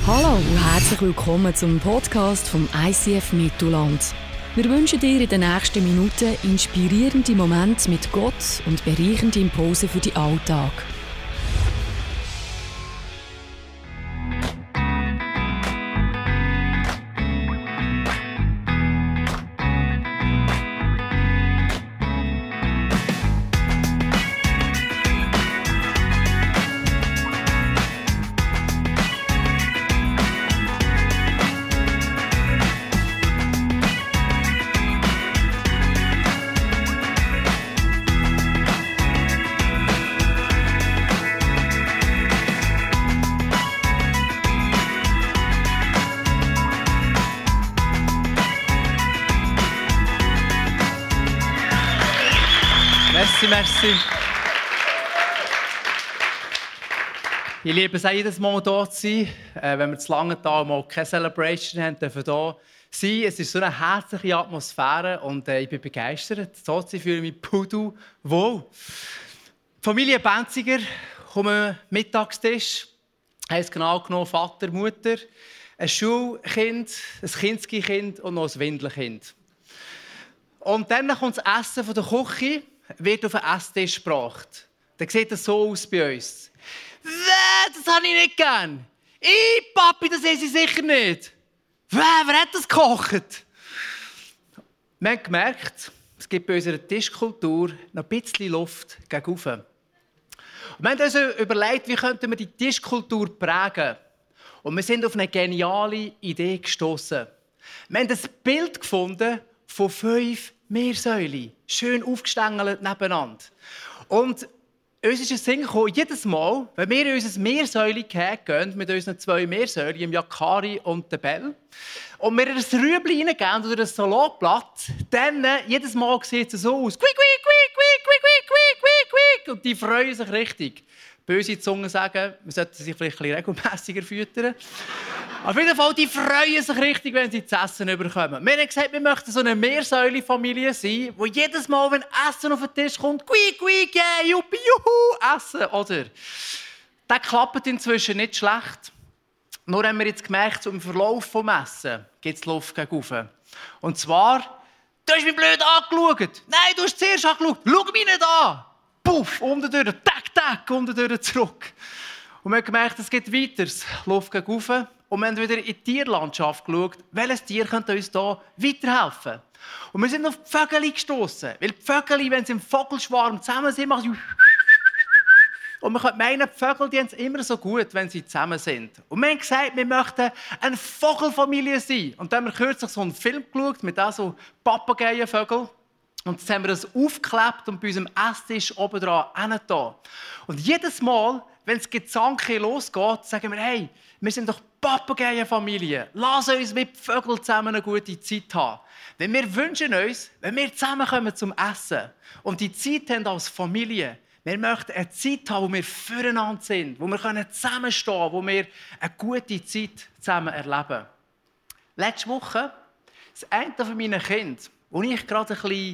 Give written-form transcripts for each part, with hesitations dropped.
Hallo und herzlich willkommen zum Podcast vom ICF Mittelland. Wir wünschen dir in den nächsten Minuten inspirierende Momente mit Gott und bereichernde Impulse für den Alltag. Merci. Ich liebe es auch jedes Mal hier zu sein. Wenn wir zu lange da mal keine Celebration haben, dürfen wir hier sein. Es ist so eine herzliche Atmosphäre und ich bin begeistert. So zu fühle ich mich pudelwohl. Wow. Familie Benziger, kommen Mittagstisch. Heißt genau genommen Vater, Mutter, ein Schulkind, ein Kindeskind und noch ein Windelkind. Und dann kommt das Essen von der Küche. Wird auf den Esstisch gebracht. Dann sieht das so aus bei uns. Das habe ich nicht gern. Papi, das esse ich sicher nicht. Wer hat das gekocht? Wir haben gemerkt, es gibt bei unserer Tischkultur noch ein bisschen Luft gegenüber. Wir haben uns überlegt, wie könnten wir die Tischkultur prägen. Und wir sind auf eine geniale Idee gestoßen. Wir haben ein Bild gefunden von 5 Meersäule, schön aufgestängelt nebeneinander. Und uns ist ein Sinn gekommen, jedes Mal, wenn wir in unser Meersäule gehen, mit unseren 2 Meersäulen, dem Yakari und der Bell, und wir ein Rüebli reingeben oder ein Salatblatt, dann jedes Mal sieht es so aus. Quick, quick, quick, quick, quick, quick, quick, quick, quick. Und die freuen sich richtig. Böse Zungen sagen, man sollte sich vielleicht ein bisschen regelmässiger füttern. Auf jeden Fall, die freuen sich richtig, wenn sie zu essen bekommen. Wir haben gesagt, wir möchten so eine Meersäule-Familie sein, wo jedes Mal, wenn Essen auf den Tisch kommt, quiek, quiek, yeah, juppie, juhu, essen, oder? Das klappt inzwischen nicht schlecht. Nur haben wir jetzt gemerkt, im Verlauf des Essen gibt es Luft gegenüber. Und zwar, du hast mich blöd angeschaut. Nein, du hast zuerst angeschaut. Schau mich nicht an. Puff, unten durch, tack, unten durch, zurück. Und wir haben gemerkt, es geht weiter, Luft gegenüber. Und wir haben wieder in die Tierlandschaft geschaut, welches Tier könnte uns hier weiterhelfen. Und wir sind auf die Vögel gestossen. Weil die Vögel, wenn sie im Vogelschwarm zusammen sind, machen sie... Und man könnte meinen, die Vögel die haben es immer so gut, wenn sie zusammen sind. Und wir haben gesagt, wir möchten eine Vogelfamilie sein. Und dann haben wir kürzlich so einen Film geschaut mit so Papageienvögeln. Und jetzt haben wir das aufgeklebt und bei unserem Esstisch oben dran hingetan. Und jedes Mal, wenn das Gezanke losgeht, sagen wir, hey, wir sind doch Papageienfamilie. Lass uns mit Vögeln zusammen eine gute Zeit haben. Denn wir wünschen uns, wenn wir zusammenkommen zum Essen und die Zeit haben als Familie, wir möchten eine Zeit haben, wo wir füreinander sind, wo wir zusammenstehen können, wo wir eine gute Zeit zusammen erleben. Letzte Woche, das eine von meinen Kindern, wo ich gerade ein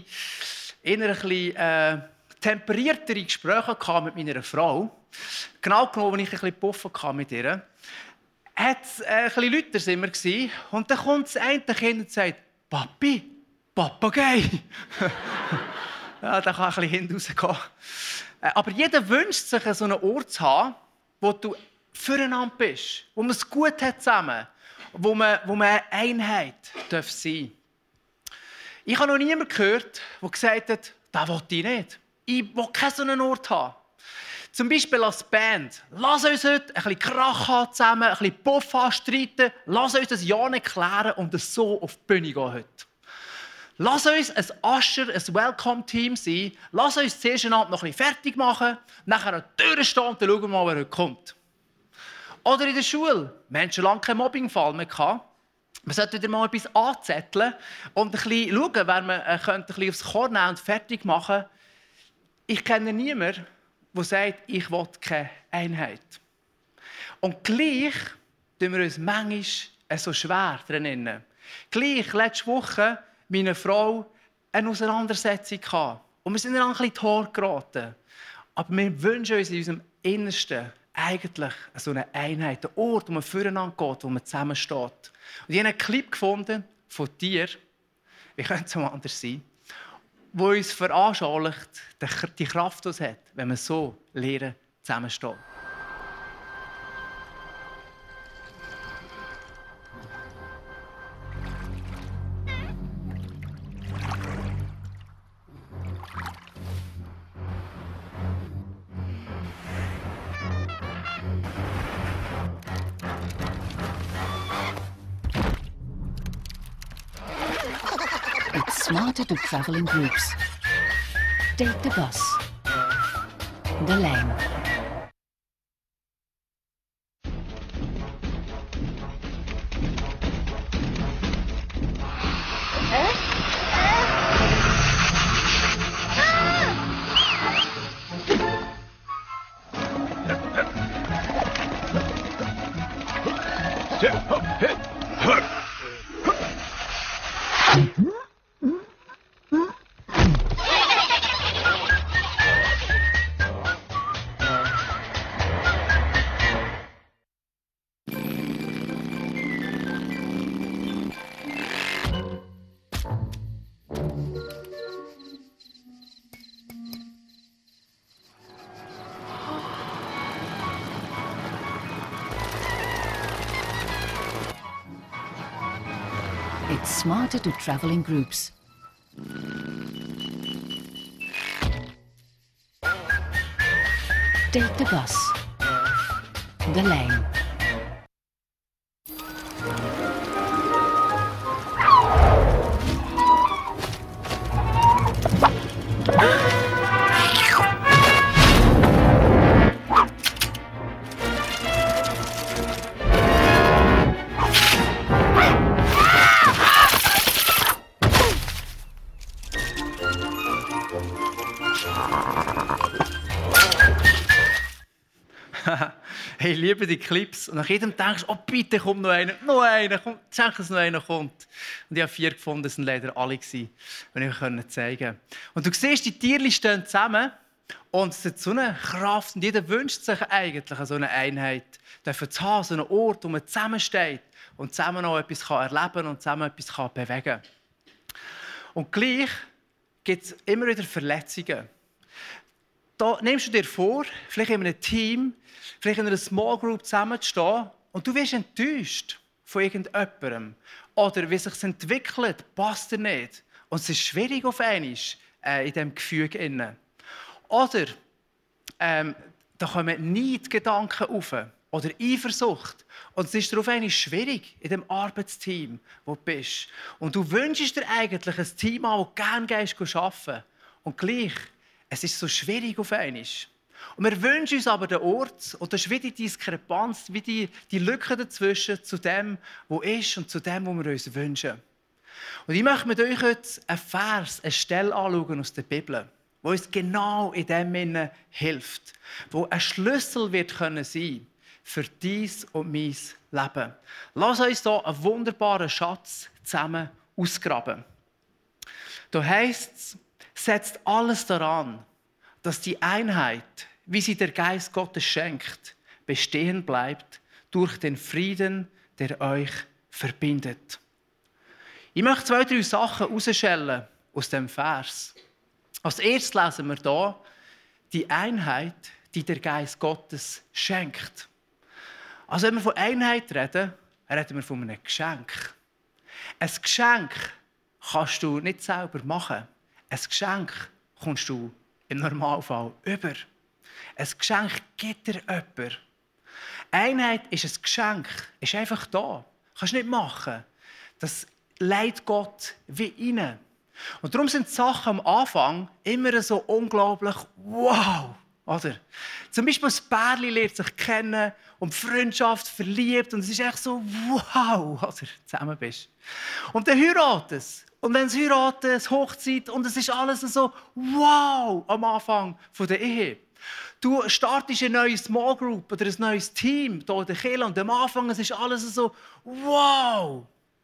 bisschen temperiertere Gespräche hatte mit meiner Frau, genau genommen, als ich ein bisschen puffen mit ihr, hat es ein bisschen lauter sind wir gewesen, und dann kommt das eine Kind und sagt, Papi, Papagei. Ja, da kann ein bisschen hinten rausgehen. Aber jeder wünscht sich, so einen Ort zu haben, wo du füreinander bist, wo man es gut hat zusammen, wo man eine Einheit sein darf. Ich habe noch niemanden gehört, der gesagt hat, das will ich nicht. Ich will keinen so einen Ort haben. Zum Beispiel als Band. Lass uns heute ein bisschen Krach haben zusammen, ein bisschen Puff haben, streiten. Lass uns das ja nicht klären und so auf die Bühne gehen heute. Lass uns ein Usher, ein Welcome-Team sein. Lass uns zuerst noch ein bisschen fertig machen, nachher an der Tür stehen und dann schauen wir mal, wer heute kommt. Oder in der Schule. Wir hatten schon lange keinen Mobbingfall mehr gehabt. Man sollte wieder mal etwas anzetteln und ein bisschen schauen, wer man ein bisschen aufs Korn nehmen und fertig machen. Ich kenne niemanden, der sagt, ich will keine Einheit. Und gleich tun wir uns manchmal so schwer drin. Gleich letzte Woche meine Frau eine Auseinandersetzung gehabt. Und wir sind dann ein bisschen in die Haare geraten. Aber wir wünschen uns in unserem Innersten eigentlich so eine Einheit, ein Ort, wo man füreinander geht, wo man zusammensteht. Und ich habe einen Clip gefunden von dir, wie könnte es auch anders sein, wo uns veranschaulicht, die Kraft, die es hat, wenn man so lernen, zusammensteht. It's smarter to travel in groups. Take the bus. The lane. It's smarter to travel in groups. Take the bus. The lane. Hey, ich liebe die Clips. Und nach jedem denkst du, oh bitte, kommt noch einer, komm, schenk, dass noch einer kommt. Und ich habe 4 gefunden, das waren leider alle, die ich euch zeigen konnte. Und du siehst, die Tiere stehen zusammen und es hat so eine Kraft. Und jeder wünscht sich eigentlich so eine Einheit, dafür zu haben, so einen Ort, wo man zusammensteht und zusammen noch etwas erleben kann und zusammen etwas bewegen kann. Und gleich gibt es immer wieder Verletzungen. Da nimmst du dir vor, vielleicht in einem Team, vielleicht in einer Small Group zusammenzustehen und du wirst enttäuscht von irgendjemandem. Oder wie es sich entwickelt, passt dir nicht. Und es ist schwierig auf einmal in diesem Gefüge. Oder da kommen Neidgedanken auf oder Eifersucht. Und es ist darauf einmal schwierig in dem Arbeitsteam, wo du bist. Und du wünschst dir eigentlich ein Team an, das gerne arbeiten gehst. Und gleich, es ist so schwierig auf einmal. Und wir wünschen uns aber den Ort, und das ist wie die Diskrepanz, wie die Lücke dazwischen zu dem, was ist und zu dem, was wir uns wünschen. Und ich möchte mit euch heute einen Vers, eine Stelle anschauen aus der Bibel, wo uns genau in dem hilft, wo ein Schlüssel wird können sein für dies und mein Leben. Lass uns hier einen wunderbaren Schatz zusammen ausgraben. Da heisst es, setzt alles daran, dass die Einheit, wie sie der Geist Gottes schenkt, bestehen bleibt durch den Frieden, der euch verbindet. Ich möchte 2, 3 Sachen herausschälen aus dem Vers. Als erstes lesen wir hier die Einheit, die der Geist Gottes schenkt. Also wenn wir von Einheit reden wir von einem Geschenk. Ein Geschenk kannst du nicht selber machen. Ein Geschenk kommst du im Normalfall über. Ein Geschenk gibt dir jemand. Einheit ist ein Geschenk, ist einfach da. Kannst du nicht machen. Das leitet Gott wie rein. Und darum sind die Sachen am Anfang immer so unglaublich wow. Oder? Zum Beispiel das Pärchen lernt sich kennen und die Freundschaft verliebt und es ist echt so wow, als du zusammen bist. Und dann heiraten sie. Und wenn sie heiraten, es Hochzeit und es ist alles so wow am Anfang der Ehe. Du startest eine neue Small Group oder ein neues Team hier in der Kirche und am Anfang es ist alles so wow.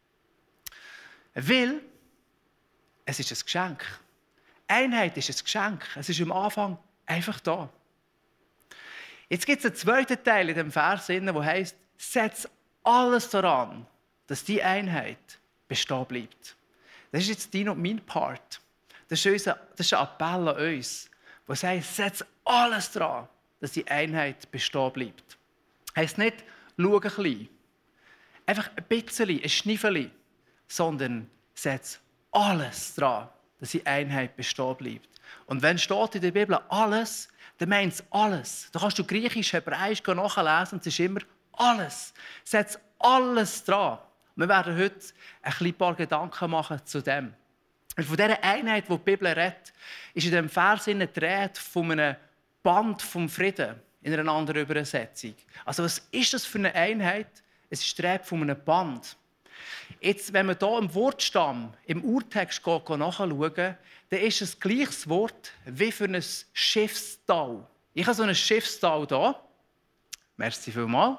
Weil es ist ein Geschenk. Einheit ist ein Geschenk. Es ist am Anfang einfach da. Jetzt gibt es einen zweiten Teil in dem Vers, der heisst, setz alles daran, dass die Einheit bestehen bleibt. Das ist jetzt dein und mein Part. Das ist ein Appell an uns, der sagt, setz alles daran, dass die Einheit bestehen bleibt. Heisst nicht, schau ein bisschen, einfach ein bisschen, ein Schniffeli, sondern setz alles daran, dass die Einheit bestehen bleibt. Und wenn steht in der Bibel alles, dann meint es alles. Da kannst du Griechisch, Hebräisch nachlesen und es ist immer alles. Setz alles dran. Wir werden heute ein paar Gedanken machen zu dem. Und von dieser Einheit, die die Bibel redet, ist in diesem Vers die Rede von einem Band vom Frieden in einer anderen Übersetzung. Also was ist das für eine Einheit? Es ist die Rede von einem Band. Jetzt, wenn wir hier im Wortstamm, im Urtext nachschauen, dann ist es gleiches Wort wie für ein Schiffstau. Ich habe so ein Schiffstau hier. Merci vielmals.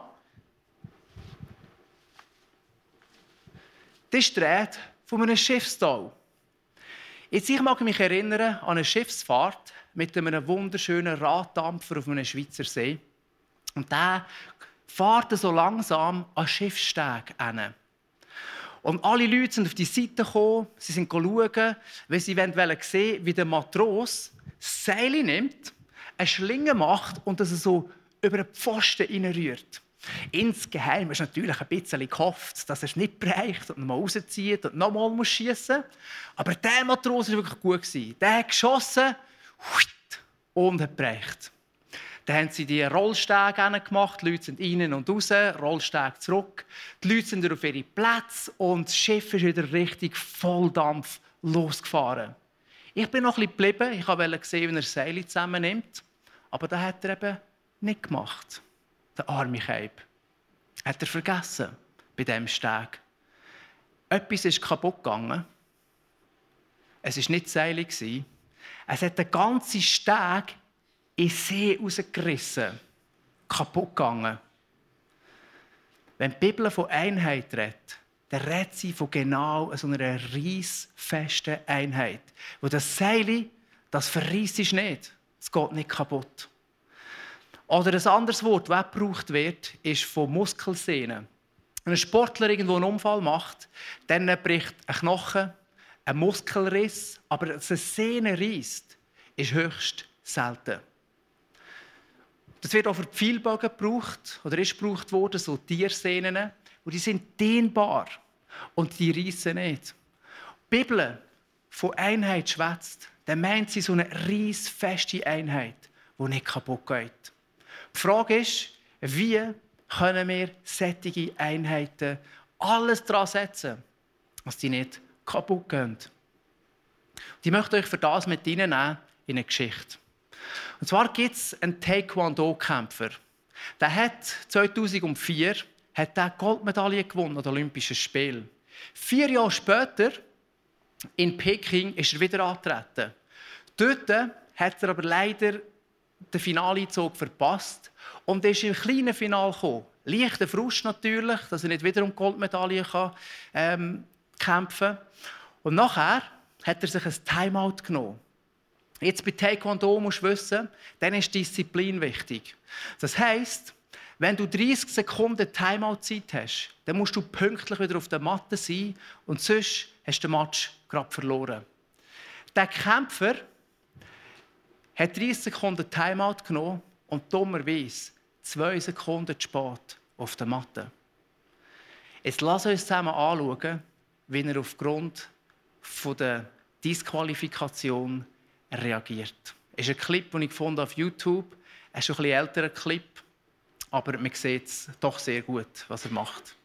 Das ist die Rede von einem Schiffstau. Jetzt, ich mag mich erinnern an eine Schiffsfahrt mit einem wunderschönen Raddampfer auf einem Schweizer See. Und der fährt so langsam an den Schiffssteg hin. Und alle Leute sind auf die Seite gekommen, sie sind schauen, weil sie sehen wollen, wie der Matros das Seil nimmt, eine Schlinge macht und das so über den Pfosten hineinrührt. Insgeheim ist natürlich ein bisschen gehofft, dass er es nicht bereicht und nochmal rauszieht und nochmal schiessen muss. Aber der Matros war wirklich gut. Der hat geschossen und hat bereicht. Dann haben sie die Rollstege gemacht, die Leute sind rein und raus, Rollsteg zurück. Die Leute sind auf ihre Plätze und das Schiff ist wieder richtig Volldampf losgefahren. Ich bin noch ein bisschen geblieben, ich wollte sehen, wie er Seile zusammennimmt. Aber das hat er eben nicht gemacht. Der arme Keib. Hat er vergessen bei diesem Steg. Etwas ist kaputt gegangen. Es war nicht Seile. Es hat den ganzen Steg in den See rausgerissen. Kaputt gegangen. Wenn die Bibel von Einheit redet, dann redet sie von genau so einer reissfesten Einheit. Wo das Seil, das verreisst ist nicht. Es geht nicht kaputt. Oder ein anderes Wort, das gebraucht wird, ist von Muskelsehnen. Wenn ein Sportler irgendwo einen Unfall macht, dann bricht ein Knochen, ein Muskelriss, aber dass eine Sehne reisst, ist höchst selten. Das wird auch für die Pfeilbogen gebraucht, oder ist gebraucht worden, so Tiersehnen, und die sind dehnbar und die reissen nicht. Die Bibel von Einheit schwätzt, dann meint sie so eine reissfeste Einheit, die nicht kaputt geht. Die Frage ist, wie können wir solche Einheiten alles daran setzen, dass die nicht kaputt gehen. Und ich möchte euch für das mit reinnehmen in eine Geschichte. Und zwar gibt es einen Taekwondo-Kämpfer. Der hat 2004 Goldmedaille gewonnen an den Olympischen Spielen. 4 Jahre später, in Peking, ist er wieder angetreten. Dort hat er aber leider den Finaleinzug verpasst und ist im kleinen Finale gekommen. Leichter Frust natürlich, dass er nicht wieder um die Goldmedaille kämpfen kann. Und nachher hat er sich ein Timeout genommen. Jetzt bei Taekwondo musst du wissen, dann ist Disziplin wichtig. Das heisst, wenn du 30 Sekunden Timeout-Zeit hast, dann musst du pünktlich wieder auf der Matte sein und sonst hast du den Match gerade verloren. Der Kämpfer hat 30 Sekunden Timeout genommen und dummerweise 2 Sekunden zu spät auf der Matte. Jetzt lass uns zusammen anschauen, wie er aufgrund der Disqualifikation reagiert. Es ist ein Clip, den ich gefunden habe auf YouTube. Es ist schon ein älterer Clip, aber man sieht es doch sehr gut, was er macht.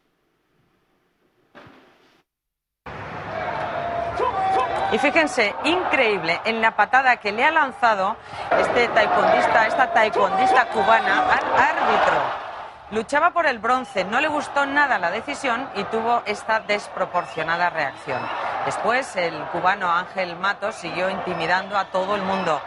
Y fíjense, increíble, en la patada que le ha lanzado esta taekwondista cubana al árbitro. Luchaba por el bronce, no le gustó nada la decisión y tuvo esta desproporcionada reacción. Después, el cubano Ángel Matos siguió intimidando a todo el mundo.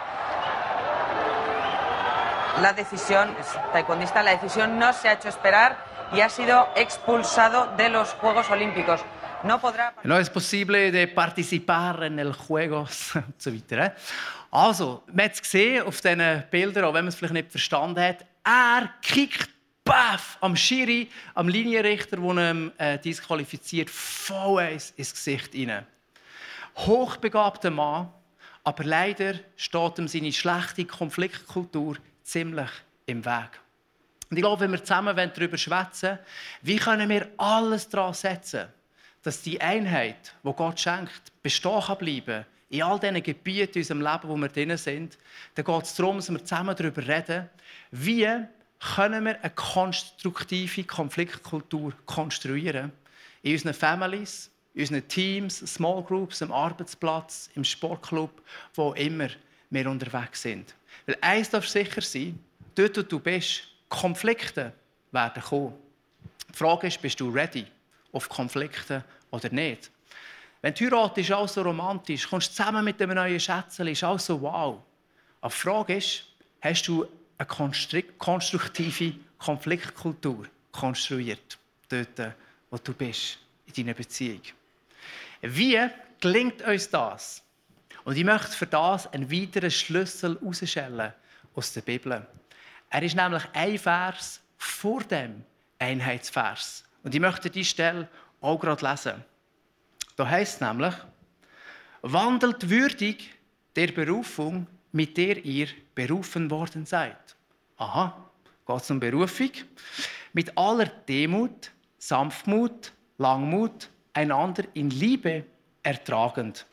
La decisión no se ha hecho esperar y ha sido expulsado de los Juegos Olímpicos. No es posible de participar en el Juegos und so weiter. Also, man hat es gesehen auf diesen Bildern, auch wenn man es vielleicht nicht verstanden hat, Er kickt am Schiri, am Linienrichter, der ihn disqualifiziert, voll ins Gesicht hinein. Hochbegabter Mann, aber leider steht ihm seine schlechte Konfliktkultur ziemlich im Weg. Und ich glaube, wenn wir zusammen darüber schwätzen, wie können wir alles daran setzen, dass die Einheit, die Gott schenkt, bestehen kann bleiben, in all diesen Gebieten in unserem Leben, wo wir drin sind, dann geht es darum, dass wir zusammen darüber reden, wie können wir eine konstruktive Konfliktkultur konstruieren. In unseren Families, in unseren Teams, Small Groups, am Arbeitsplatz, im Sportclub, wo immer wir unterwegs sind. Weil eins darf sicher sein, dort, wo du bist, Konflikte werden kommen. Die Frage ist, bist du ready auf Konflikte oder nicht? Wenn du heiratest, ist alles so romantisch, kommst du zusammen mit einem neuen Schätzchen, ist alles so wow. Aber die Frage ist, hast du eine konstruktive Konfliktkultur konstruiert, dort, wo du bist, in deiner Beziehung? Wie gelingt uns das? Und ich möchte für das einen weiteren Schlüssel herausstellen aus der Bibel. Er ist nämlich ein Vers vor dem Einheitsvers. Und ich möchte diese Stelle auch gerade lesen. Da heißt es nämlich, wandelt würdig der Berufung, mit der ihr berufen worden seid. Aha, geht es um Berufung. Mit aller Demut, Sanftmut, Langmut, einander in Liebe ertragend.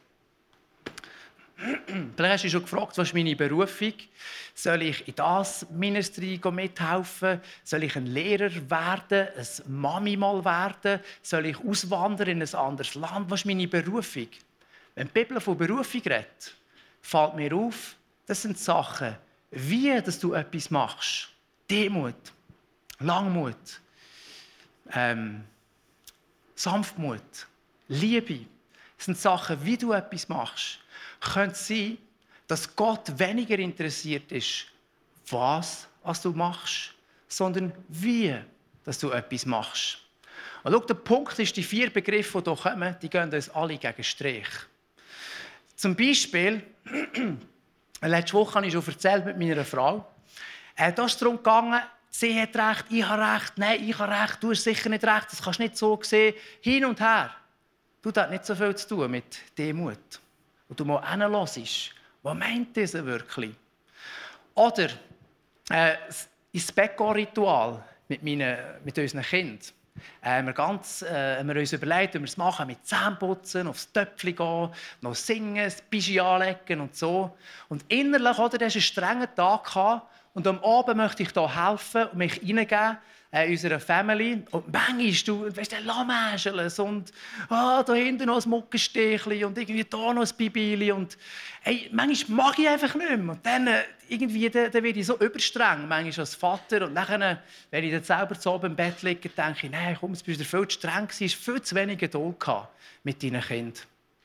Vielleicht hast du dich schon gefragt, was ist meine Berufung? Soll ich in das Ministry mithelfen? Soll ich ein Lehrer werden? Ein Mami mal werden? Soll ich auswandern in ein anderes Land? Was ist meine Berufung? Wenn die Bibel von Berufung redet, fällt mir auf, das sind Sachen, wie dass du etwas machst. Demut, Langmut, Sanftmut, Liebe. Das sind Sachen, wie du etwas machst. Könnte es sein, dass Gott weniger interessiert ist, was du machst, sondern wie dass du etwas machst. Und schau, der Punkt ist, die 4 Begriffe, die hier kommen, die gehen uns alle gegen Strich. Zum Beispiel, letzte Woche habe ich schon erzählt mit meiner Frau, da ist es darum gegangen, sie hat recht, ich habe recht, nein, ich habe recht, du hast sicher nicht recht, das kannst du nicht so sehen, hin und her. Du, das hat nicht so viel zu tun mit Demut. Und du mal hinhörst, was meint dieser wirklich? Oder ins Bäcko-Ritual mit unseren Kindern. Wir haben uns überlegt, wie wir es machen, mit Zähneputzen, aufs Töpfchen gehen, noch singen, das Pischi anlegen und so. Und innerlich, oder, das war ein strenger Tag. Und am Abend möchte ich hier helfen und mich hineingeben in unserer Family. Und manchmal, du weißt, Lammäscheln und da hinten noch ein Muckenstächchen und irgendwie da noch ein Bibili. Und manchmal mag ich einfach nicht mehr. Und dann, dann werde ich so überstreng, manchmal als Vater. Und dann, wenn ich dann selber zu oben im Bett liege, denke ich, nein, komm, jetzt bist du viel zu streng gewesen, hast viel zu wenig Geduld mit deinen Kindern.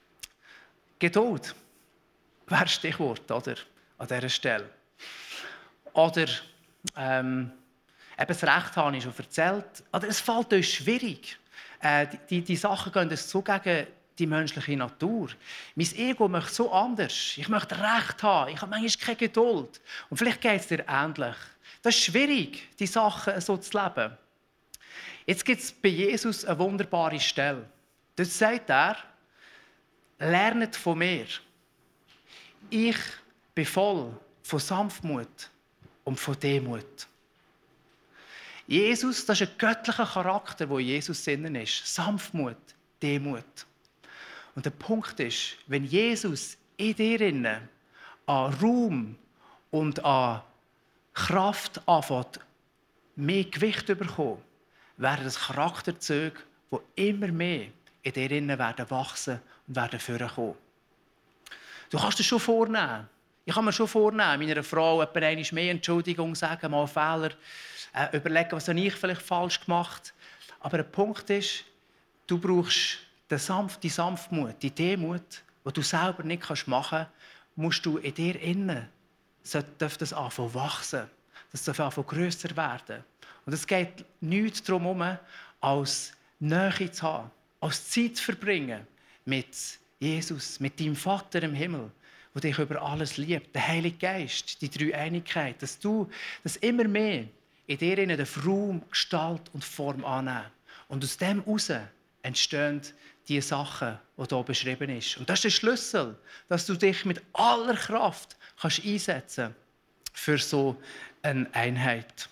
Geduld wäre ein Stichwort, oder? An dieser Stelle. Oder eben das Recht habe ich schon erzählt. Oder es fällt uns schwierig. Die Sachen gehen uns so gegen die menschliche Natur. Mein Ego möchte so anders. Ich möchte Recht haben. Ich habe manchmal keine Geduld. Und vielleicht geht es dir ähnlich. Das ist schwierig, die Sachen so zu leben. Jetzt gibt es bei Jesus eine wunderbare Stelle. Dort sagt er, lernet von mir. Ich bin voll von Sanftmut und von Demut. Jesus, das ist ein göttlicher Charakter, der in Jesus innen ist. Sanftmut, Demut. Und der Punkt ist, wenn Jesus in dir innen an Raum und an Kraft anfängt, mehr Gewicht zu bekommen, werden das Charakterzüge, die immer mehr in dir innen werden wachsen und werden vorkommen. Du kannst dir schon vornehmen. Ich kann mir schon vornehmen, meiner Frau etwa einmal mehr Entschuldigung sagen, mal Fehler, überlegen, was habe ich vielleicht falsch gemacht. Aber der Punkt ist, du brauchst die Sanftmut, die Demut, die du selber nicht machen kannst, musst du in dir innen. Darf das anfangen wachsen. Das darf anfangen grösser werden. Und es geht nichts darum, als Nähe zu haben, als Zeit zu verbringen mit Jesus, mit deinem Vater im Himmel, der dich über alles liebt, der Heilige Geist, die Dreieinigkeit, dass du das immer mehr in dir den Raum, Gestalt und Form annehmen. Und aus dem heraus entstehen die Sachen, die hier beschrieben sind. Und das ist der Schlüssel, dass du dich mit aller Kraft kannst einsetzen für so eine Einheit.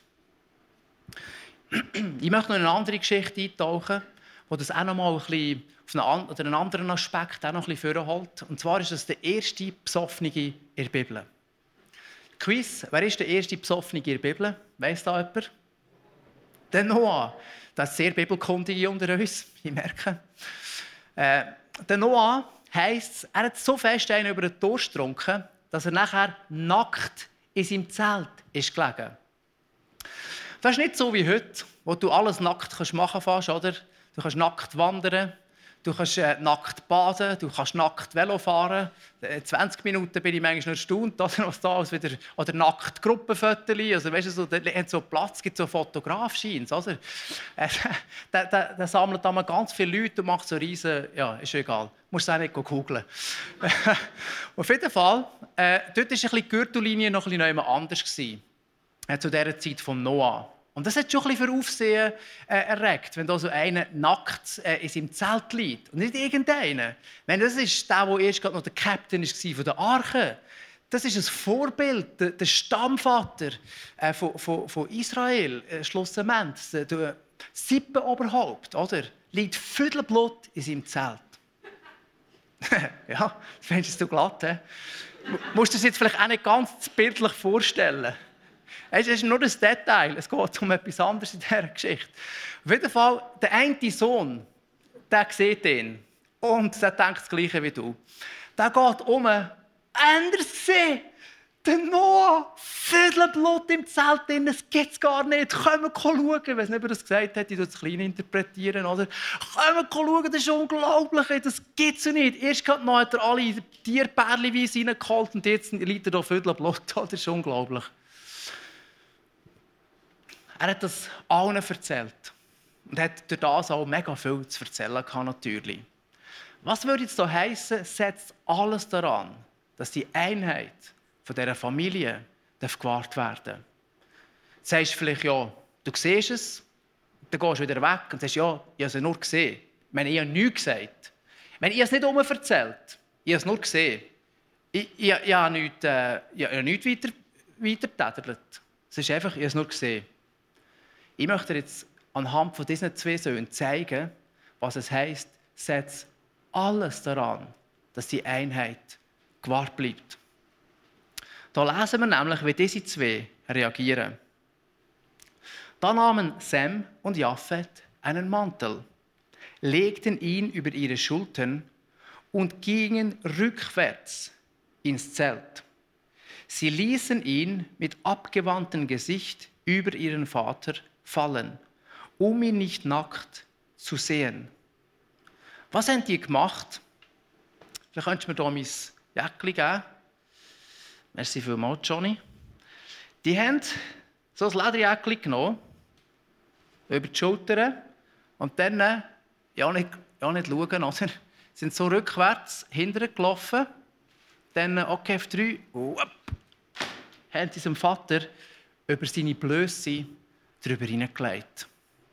Ich möchte noch in eine andere Geschichte eintauchen, die das auch noch mal ein bisschen auf einen anderen Aspekt auch noch ein bisschen vorholt. Und zwar ist das der erste Besoffene in der Bibel. Quiz, wer ist der erste Besoffene in der Bibel? Weiss da jemand? Der Noah. Das ist sehr bibelkundig unter uns, ich merke. Der Noah heisst, er hat so fest einen über den Durst getrunken, dass er nachher nackt in seinem Zelt ist gelegen. Das ist nicht so wie heute, wo du alles nackt machen kannst, oder? Du kannst nackt wandern, du kannst nackt baden, du kannst nackt Velo fahren. 20 Minuten bin ich manchmal noch erstaunt, was da alles wieder, oder nackt Gruppenfotos. Also, weißt du, so, da hat so Platz, gibt so Fotografscheins, oder? Der sammelt da mal ganz viele Leute und macht so riesen, ja, ist egal. Du musst es auch nicht googeln. Auf jeden Fall, dort war die Gürtellinie noch ein bisschen anders zu dieser Zeit von Noah. Und das hat schon ein bisschen für Aufsehen erregt, wenn da so einer nackt in seinem Zelt liegt. Und nicht irgendeiner. Das ist der erst gerade noch der Captain war von der Arche. Das ist ein Vorbild, der Stammvater von Israel, schlussendlich. Der Sippenoberhaupt, oder? Liegt Viertelblut in seinem Zelt. Ja, das findest du glatt, he? Musst du dir das vielleicht auch nicht ganz bildlich vorstellen. Es ist nur ein Detail, es geht um etwas anderes in dieser Geschichte. Auf jeden Fall, der eine Sohn, der sieht ihn und der denkt das Gleiche wie du. Der geht anders gesehen. Der Noah, Viertelblut im Zelt drin, das gibt es gar nicht. Können wir schauen, ich weiß nicht, ob er das gesagt hat, ich das klein interpretieren, oder? Können wir schauen, das ist unglaublich, das gibt es nicht. Erst gerade noch hat er alle Tierpärchenweise reingeholt und jetzt liegt er da Viertelblut, das ist unglaublich. Er hat das allen erzählt und hat durch das auch mega viel zu erzählen gehabt, natürlich. Was würde jetzt da heissen, setzt alles daran, dass die Einheit von dieser Familie gewahrt werden darf. Du sagst vielleicht, ja, du siehst es, dann gehst du wieder weg und sagst, ja, ich habe es nur gesehen. Ich habe nichts gesagt. Ich habe es nicht erzählt, ich habe es nur gesehen. Ich habe nichts weitergetätelt. Es ist einfach, ich habe es nur gesehen. Ich möchte dir jetzt anhand von diesen zwei Söhnen zeigen, was es heisst, setz alles daran, dass die Einheit gewahrt bleibt. Da lesen wir nämlich, wie diese zwei reagieren. Da nahmen Sem und Japhet einen Mantel, legten ihn über ihre Schultern und gingen rückwärts ins Zelt. Sie ließen ihn mit abgewandtem Gesicht über ihren Vater fallen, um ihn nicht nackt zu sehen. Was haben die gemacht? Vielleicht könntest du mir hier mein Jäckchen geben. Merci vielmals, Johnny. Die haben so ein Lederjäckchen genommen, über die Schultern, und dann, ja nicht schauen, oder? Sind so rückwärts hinterher gelaufen. Dann, okay, auf 3, haben sie seinem Vater über seine Blöße darüber hineingelegt.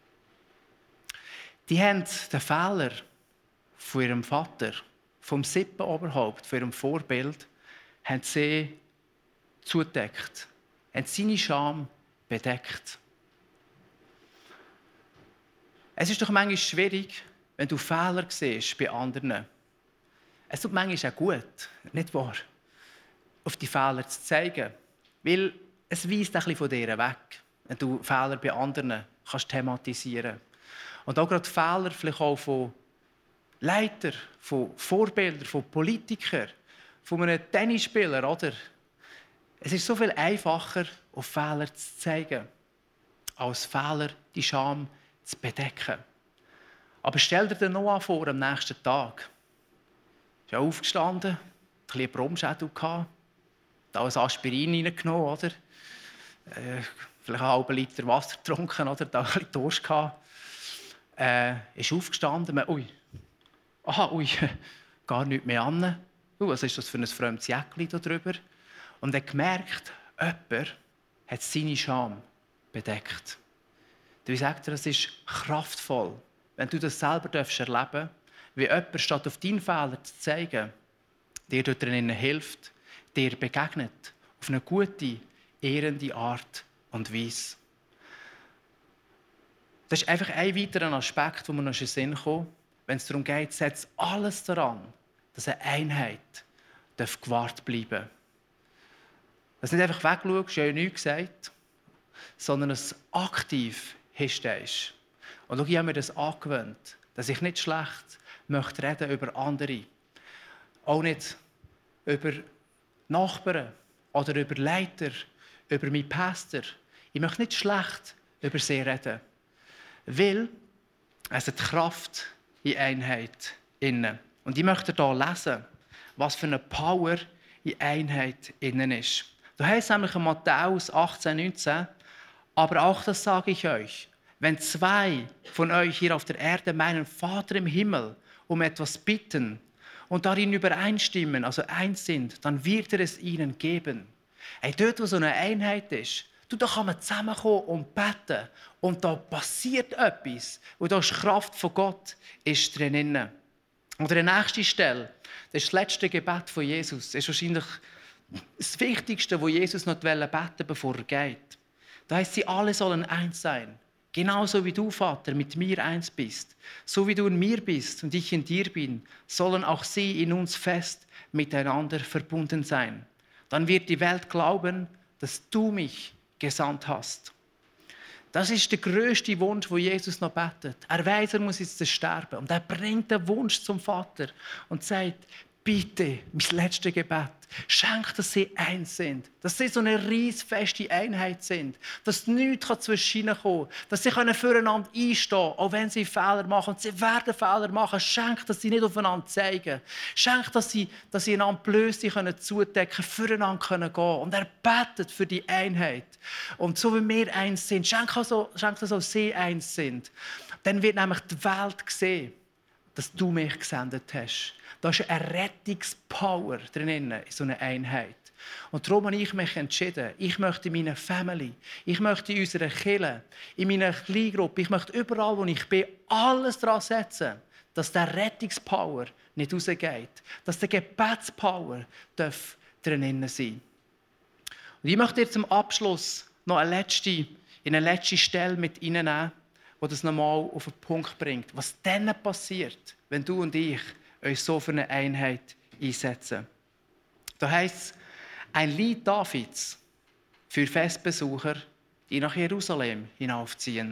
Die haben den Fehler von ihrem Vater, vom Sippenoberhaupt, von ihrem Vorbild, haben sie zugedeckt, haben seine Scham bedeckt. Es ist doch manchmal schwierig, wenn du Fehler siehst bei anderen. Es tut manchmal auch gut, nicht wahr, auf die Fehler zu zeigen, weil es weist ein bisschen von dir weg, wenn du Fehler bei anderen kannst thematisieren. Und auch gerade Fehler vielleicht auch von Leitern, von Vorbildern, von Politikern, von einem Tennisspieler, oder? Es ist so viel einfacher, auf Fehler zu zeigen, als Fehler die Scham zu bedecken. Aber stell dir den Noah vor, am nächsten Tag. Er ist aufgestanden, ein bisschen Bromschädel gehabt, da ein Aspirin reingenommen, oder? Vielleicht einen halben Liter Wasser getrunken, oder? Da ein bisschen Durst gehabt. Ist aufgestanden, gar nichts mehr an. was ist das für ein fremdes Jäckchen da drüber? Und er gemerkt, jemand hat seine Scham bedeckt. Ich sage dir, es ist kraftvoll, wenn du das selber erleben darfst, wie jemand statt auf deinen Fehler zu zeigen, dir dort drinnen hilft, dir begegnet, auf eine gute, ehrende Art und Weise. Das ist einfach ein weiterer Aspekt, der mir noch in den Sinn kommt, wenn es darum geht, setzt alles daran, dass eine Einheit gewahrt bleiben darf. Dass du nicht einfach wegschaust, ja nichts gesagt, sondern es aktiv hinstehst. Und schau, ich habe mir das angewöhnt, dass ich nicht schlecht möchte reden über andere. Auch nicht über Nachbarn oder über Leiter, über meinen Pastor. Ich möchte nicht schlecht über sie reden. Weil es hat Kraft in Einheit innen. Und ich möchte hier lesen, was für eine Power in Einheit innen ist. Da heißt es nämlich in Matthäus 18,19, aber auch das sage ich euch, wenn 2 von euch hier auf der Erde meinen Vater im Himmel um etwas bitten und darin übereinstimmen, also eins sind, dann wird er es ihnen geben. Hey, dort, wo so eine Einheit ist, da kann man zusammenkommen und beten. Und da passiert etwas. Und da ist Kraft von Gott ist drin. Oder die nächste Stelle, das ist das letzte Gebet von Jesus. Das ist wahrscheinlich das Wichtigste, was Jesus noch beten wollte, bevor er geht. Da heißt, sie alle sollen eins sein. Genauso wie du, Vater, mit mir eins bist. So wie du in mir bist und ich in dir bin, sollen auch sie in uns fest miteinander verbunden sein. Dann wird die Welt glauben, dass du mich gesandt hast. Das ist der grösste Wunsch, den Jesus noch betet. Er weiss, er muss jetzt sterben. Und er bringt den Wunsch zum Vater und sagt, bitte, mein letztes Gebet, schenk, dass sie eins sind. Dass sie so eine riesfeste Einheit sind. Dass nichts zwischen ihnen kommen kann. Dass sie füreinander einstehen können, auch wenn sie Fehler machen. Und sie werden Fehler machen. Schenk, dass sie nicht aufeinander zeigen. Schenk, dass sie einander Blöße zudecken können, füreinander gehen können. Und er betet für die Einheit. Und so wie wir eins sind, schenk, dass auch sie eins sind. Dann wird nämlich die Welt sehen, dass du mich gesendet hast. Da ist eine Rettungspower drin, in so einer Einheit. Und darum habe ich mich entschieden, ich möchte in meiner Family, ich möchte in unserer Kirche, in meiner Kleingruppe, ich möchte überall, wo ich bin, alles daran setzen, dass der Rettungspower nicht rausgeht, dass der Gebetspower drin sein. Und ich möchte dir zum Abschluss noch eine letzte Stelle mit reinnehmen, die das nochmal auf den Punkt bringt. Was dann passiert, wenn du und ich uns so für eine Einheit einsetzen. Da heisst es, ein Lied Davids für Festbesucher, die nach Jerusalem hinaufziehen.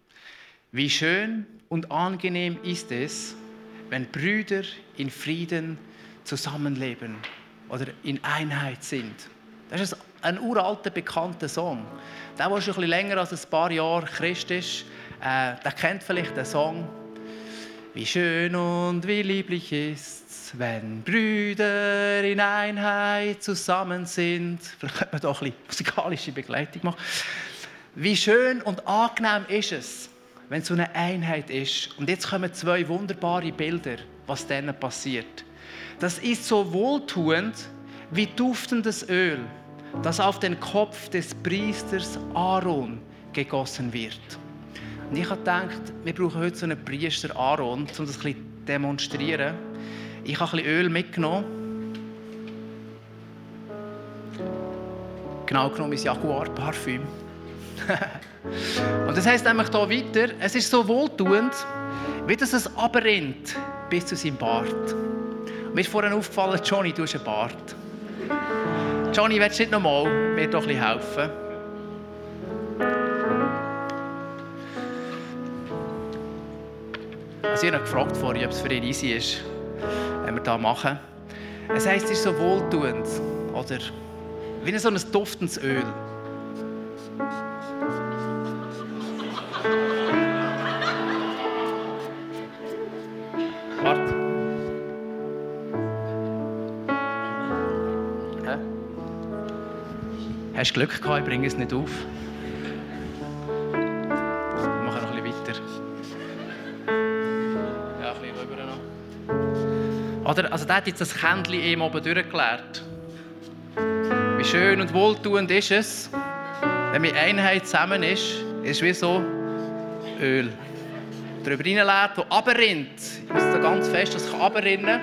Wie schön und angenehm ist es, wenn Brüder in Frieden zusammenleben oder in Einheit sind. Das ist ein uralter, bekannter Song. Der schon ein bisschen länger als ein paar Jahre Christ ist, der kennt vielleicht den Song. Wie schön und wie lieblich ist's, wenn Brüder in Einheit zusammen sind. Vielleicht könnte man da ein bisschen musikalische Begleitung machen. Wie schön und angenehm ist es, wenn es so eine Einheit ist. Und jetzt kommen 2 wunderbare Bilder, was dann passiert. Das ist so wohltuend wie duftendes Öl, das auf den Kopf des Priesters Aaron gegossen wird. Und ich habe gedacht, wir brauchen heute so einen Priester Aaron, um das ein bisschen zu demonstrieren. Ich habe ein bisschen Öl mitgenommen. Genau genommen mein Jaguar-Parfüm. Und das heisst nämlich hier weiter, es ist so wohltuend, wie das es runterrinnt bis zu seinem Bart. Und mir ist vorhin aufgefallen, Johnny, du hast einen Bart. Johnny, willst du nicht nochmal mir doch ein bisschen helfen? Also ich habe gefragt vorhin, ob es für ihn easy ist, wenn wir das machen. Es heisst, es ist so wohltuend, oder? Wie so ein duftendes Öl. Warte. Hast du Glück gehabt, ich bringe es nicht auf. Wir machen noch ein bisschen weiter. Ja, ein bisschen rüber noch. Oder, also der hat jetzt das Kännchen eben oben durchgeleert. Wie schön und wohltuend ist es, wenn mit Einheit zusammen ist wie so Öl. Darüber reinleert, das runterrinnt. Ich muss da ganz fest, das kann runterrinnen.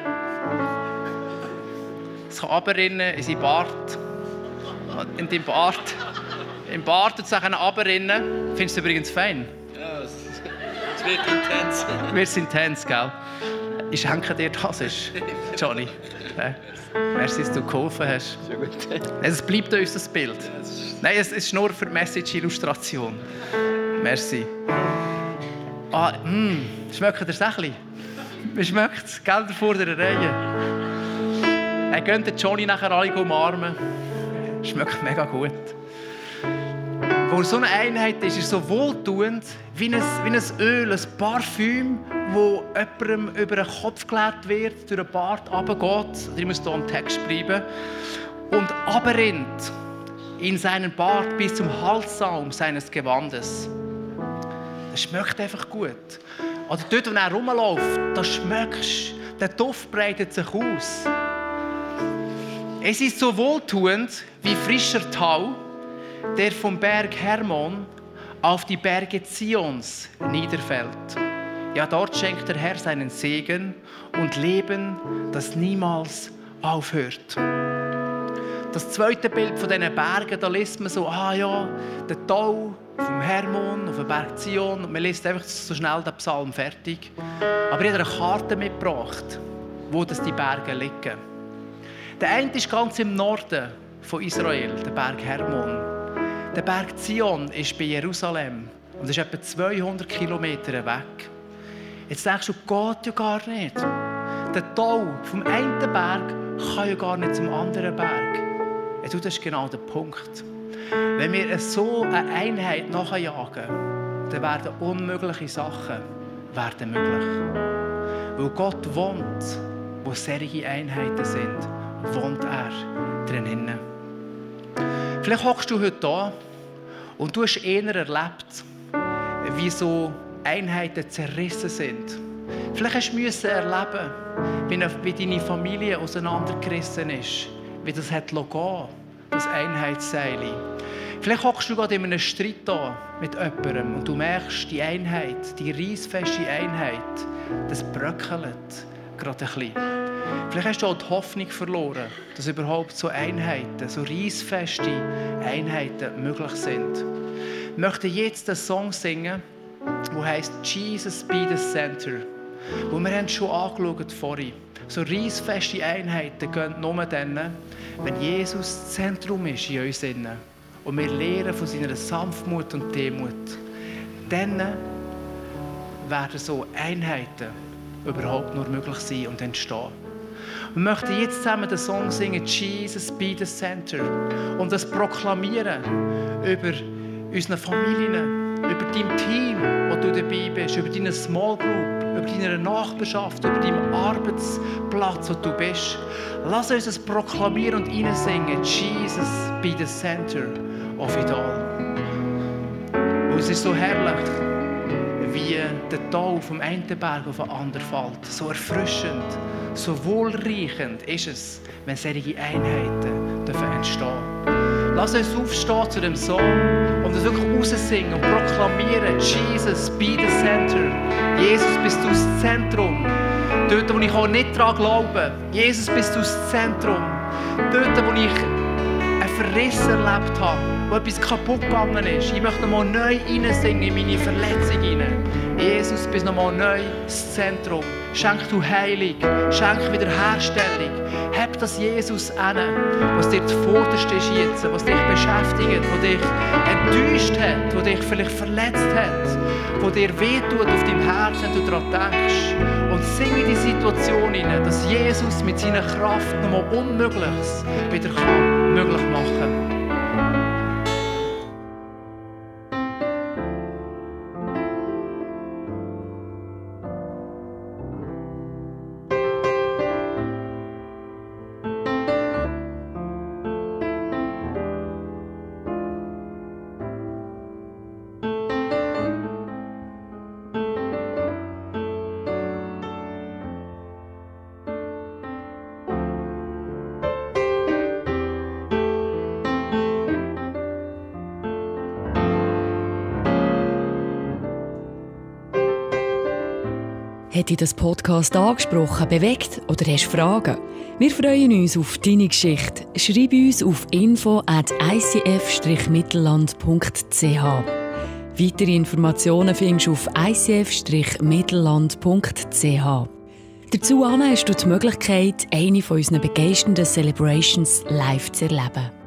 Es kann runterrinnen in seinen Bart. In deinem Bart. Im Bart tut es auch runterrinnen. Findest du es übrigens fein? Ja, es wird intens. Wird intens, gell? Ich schenke dir das, Johnny. Merci, dass du geholfen hast. Sehr gut. Es bleibt uns das Bild. Nein, es ist nur für die Message-Illustration. Merci. Schmeckt ihr das ein bisschen? Wie schmeckt es? Gell, der vor der Reihe. Er gönnt den Johnny nachher alle umarmen. Schmeckt mega gut. Wo so eine Einheit ist, ist so wohltuend wie ein Öl, ein Parfüm, das jemandem über den Kopf geleert wird, durch den Bart runtergeht. Ich muss hier am Text bleiben. Und runterrinnt in seinen Bart bis zum Halssaum seines Gewandes. Das schmeckt einfach gut. Oder dort, wo er rumläuft, da schmeckst du, der Duft breitet sich aus. Es ist so wohltuend wie frischer Tau, der vom Berg Hermon auf die Berge Zions niederfällt. Ja, dort schenkt der Herr seinen Segen und Leben, das niemals aufhört. Das zweite Bild von diesen Bergen, da liest man so, der Tau vom Hermon auf dem Berg Zion. Und man liest einfach so schnell den Psalm fertig. Aber ich habe eine Karte mitgebracht, wo die Berge liegen. Der eine ist ganz im Norden von Israel, der Berg Hermon. Der Berg Zion ist bei Jerusalem und ist etwa 200 Kilometer weg. Jetzt denkst du, geht ja gar nicht. Der Tau vom einen Berg kann ja gar nicht zum anderen Berg. Ja, das ist genau der Punkt. Wenn wir so eine Einheit nachjagen, dann werden unmögliche Sachen möglich. Weil Gott wohnt, wo solche Einheiten sind, wohnt er drinnen. Vielleicht hockst du heute da und du hast eher erlebt, wie so Einheiten zerrissen sind. Vielleicht musst du erleben, wie deine Familie auseinandergerissen ist, wie das hat gehen, das Einheitsseil. Vielleicht hockst du gerade in einem Streit da mit jemandem und du merkst, die Einheit, die reissfeste Einheit, das bröckelt gerade ein bisschen. Vielleicht hast du auch die Hoffnung verloren, dass überhaupt so Einheiten, so reissfeste Einheiten möglich sind. Ich möchte jetzt einen Song singen, der heisst «Jesus be the center». Wo wir haben schon angeschaut vorhin. So reissfeste Einheiten gehen nur dann, wenn Jesus das Zentrum ist in uns innen. Und wir lernen von seiner Sanftmut und Demut. Dann werden so Einheiten überhaupt nur möglich sein und entstehen. Wir möchten jetzt zusammen den Song singen «Jesus be the center» und das proklamieren über unsere Familien, über dein Team, wo du dabei bist, über deine Small Group, über deine Nachbarschaft, über deinen Arbeitsplatz, wo du bist. Lass uns es proklamieren und reinsingen «Jesus be the center of it all». Und es ist so herrlich, wie der Tau vom einen Berg auf den anderen fällt. So erfrischend, so wohlriechend ist es, wenn solche Einheiten entstehen dürfen. Lass uns aufstehen zu dem Song und es wirklich raussingen und proklamieren: Jesus, be the center. Jesus, bist du das Zentrum. Dort, wo ich auch nicht daran glaube. Jesus, bist du das Zentrum. Dort, wo ich einen Verriss erlebt habe, wo etwas kaputt gegangen ist. Ich möchte nochmal neu reinsingen in meine Verletzung hinein. Jesus, bist nochmal neu das Zentrum. Schenk du Heilung, schenk Wiederherstellung. Heb das Jesus an, was dir zuvorderst ist jetzt, was dich beschäftigt, was dich enttäuscht hat, was dich vielleicht verletzt hat, was dir wehtut auf deinem Herzen, wenn du daran denkst. Und singe die Situation hinein, dass Jesus mit seiner Kraft nochmal Unmögliches wieder möglich machen kann. Hat dich das Podcast angesprochen, bewegt oder hast du Fragen? Wir freuen uns auf deine Geschichte. Schreib uns auf info@icf-mittelland.ch. Weitere Informationen findest du auf icf-mittelland.ch. Dazu hast du die Möglichkeit, eine von unseren begeisternden Celebrations live zu erleben.